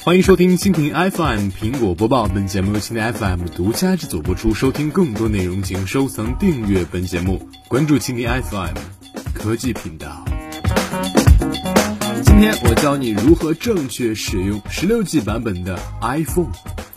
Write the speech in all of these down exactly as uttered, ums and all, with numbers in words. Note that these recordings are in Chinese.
欢迎收听蜻蜓 F M 苹果播报，本节目由蜻蜓 F M 独家制作播出。收听更多内容请收藏订阅本节目，关注蜻蜓 F M 科技频道。今天我教你如何正确使用十六 G 版本的 iPhone。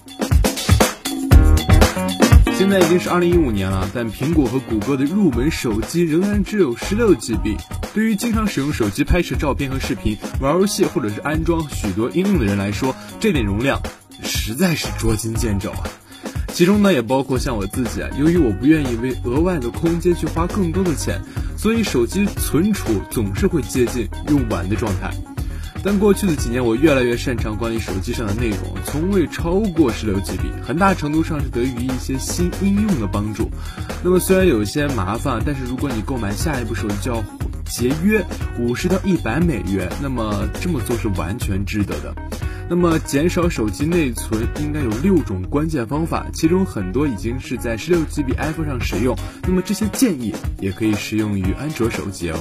现在已经是二零一五年了，但苹果和谷歌的入门手机仍然只有 十六 G B。 对于经常使用手机拍摄照片和视频、玩游戏或者是安装许多应用的人来说，这点容量实在是捉襟见肘啊。其中呢也包括像我自己啊，由于我不愿意为额外的空间去花更多的钱，所以手机存储总是会接近用完的状态。但过去的几年，我越来越擅长管理手机上的内容，从未超过 十六 G B， 很大程度上是得益于一些新应用的帮助。那么虽然有些麻烦，但是如果你购买下一部手机就要节约五十到一百美元，那么这么做是完全值得的。那么减少手机内存应该有六种关键方法，其中很多已经是在 十六 G B iPhone 上使用，那么这些建议也可以适用于安卓手机哦。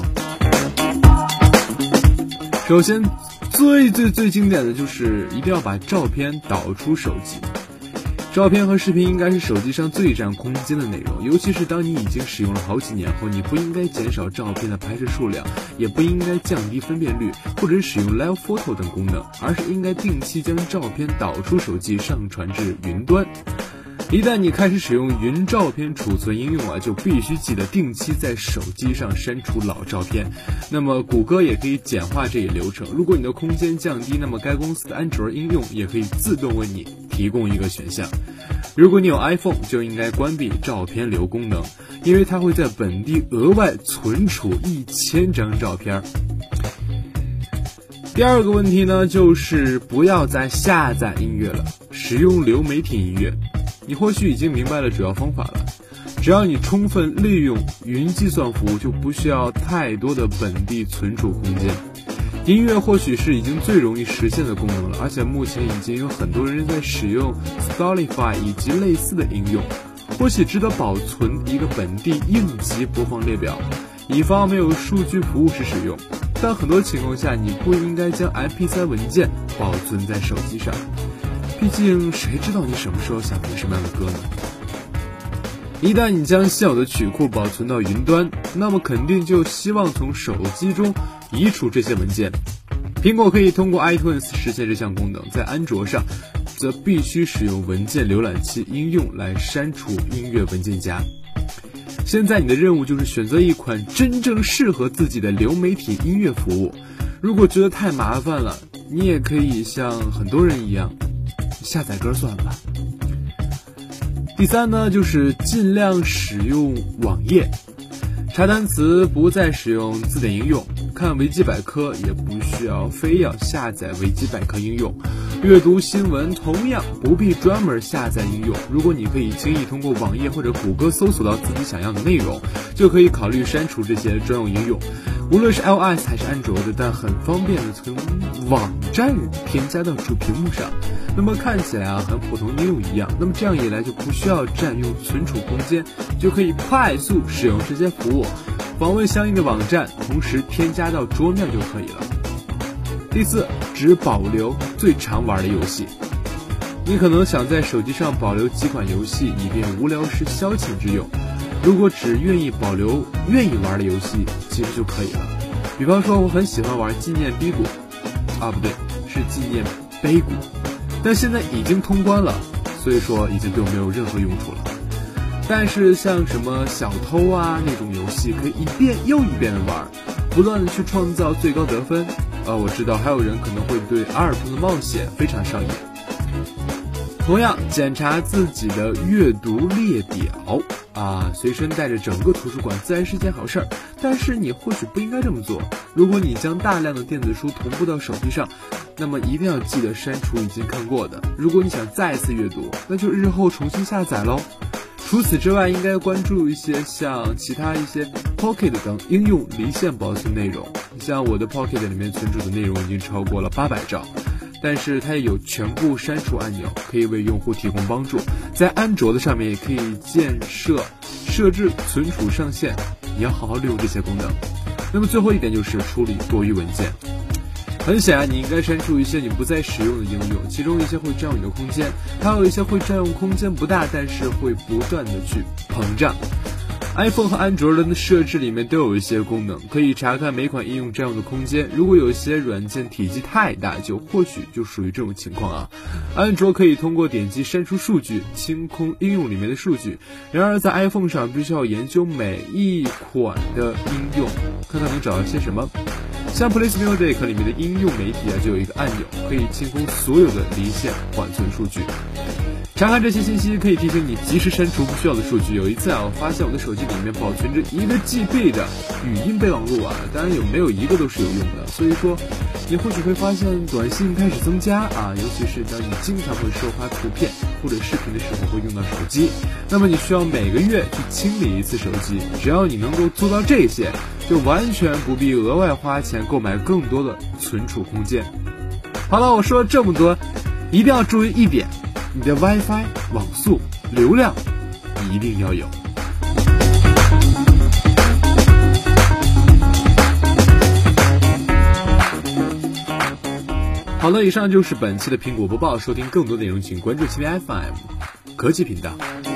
首先最最最经典的就是一定要把照片导出手机。照片和视频应该是手机上最占空间的内容，尤其是当你已经使用了好几年后，你不应该减少照片的拍摄数量，也不应该降低分辨率或者使用 Live Photo 等功能，而是应该定期将照片导出手机上传至云端。一旦你开始使用云照片储存应用啊，就必须记得定期在手机上删除老照片。那么谷歌也可以简化这一流程，如果你的空间降低，那么该公司的安卓应用也可以自动为你提供一个选项。如果你有 iPhone， 就应该关闭照片流功能，因为它会在本地额外存储一千张照片。第二个问题呢，就是不要再下载音乐了，使用流媒体音乐。你或许已经明白了主要方法了，只要你充分利用云计算服务，就不需要太多的本地存储空间。音乐或许是已经最容易实现的功能了，而且目前已经有很多人在使用 Spotify 以及类似的应用。或许值得保存一个本地应急播放列表，以防没有数据服务时使用。但很多情况下，你不应该将 M P 三 文件保存在手机上，毕竟谁知道你什么时候想听什么样的歌呢？一旦你将现有的曲库保存到云端，那么肯定就希望从手机中移除这些文件。苹果可以通过 iTunes 实现这项功能，在安卓上则必须使用文件浏览器应用来删除音乐文件夹。现在你的任务就是选择一款真正适合自己的流媒体音乐服务。如果觉得太麻烦了，你也可以像很多人一样下载歌算了吧。第三呢，就是尽量使用网页，查单词不再使用字典应用，看维基百科也不需要非要下载维基百科应用，阅读新闻同样不必专门下载应用。如果你可以轻易通过网页或者谷歌搜索到自己想要的内容，就可以考虑删除这些专用应用。无论是 iOS 还是安卓的，但很方便的从网站添加到主屏幕上，那么看起来啊和普通应用一样，那么这样一来就不需要占用存储空间，就可以快速使用这些服务，访问相应的网站，同时添加到桌面就可以了。第四，只保留最常玩的游戏。你可能想在手机上保留几款游戏，以便无聊时消遣之用。如果只愿意保留愿意玩的游戏，其实就可以了。比方说我很喜欢玩纪念碑谷啊，不对，是纪念碑谷，但现在已经通关了，所以说已经对我没有任何用处了。但是像什么小偷啊那种游戏，可以一遍又一遍的玩，不断的去创造最高得分。呃，我知道还有人可能会对阿尔宙的冒险非常上瘾。同样，检查自己的阅读列表啊，随身带着整个图书馆自然是件好事儿，但是你或许不应该这么做。如果你将大量的电子书同步到手机上，那么一定要记得删除已经看过的。如果你想再次阅读，那就日后重新下载咯。除此之外，应该关注一些像其他一些 Pocket 等应用离线保存内容。像我的 Pocket 里面存储的内容已经超过了八百兆，但是它也有全部删除按钮，可以为用户提供帮助。在安卓的上面也可以建设设置存储上限，你要好好利用这些功能。那么最后一点就是处理多余文件。很很显然，你应该删除一些你不再使用的应用，其中一些会占用你的空间，还有一些会占用空间不大，但是会不断的去膨胀。iPhone 和安卓的设置里面都有一些功能，可以查看每款应用占用的空间。如果有些软件体积太大，就或许就属于这种情况啊。安卓可以通过点击删除数据清空应用里面的数据，然而在 iPhone 上必须要研究每一款的应用，看看能找到些什么。像 Place Music 里面的应用媒体啊，就有一个按钮可以清空所有的离线缓存数据。查看这些信息可以提醒你及时删除不需要的数据。有一次啊，我发现我的手机里面保存着一个 G B 的语音备忘录啊，当然有没有一个都是有用的。所以说，你或许会发现短信开始增加啊，尤其是当你经常会收发图片或者视频的时候会用到手机，那么你需要每个月去清理一次手机。只要你能够做到这些，就完全不必额外花钱购买更多的存储空间。好了，我说了这么多，一定要注意一点。你的 WiFi 网速流量一定要有。好了，以上就是本期的苹果播报。收听更多内容请关注蜻蜓 F M 科技频道。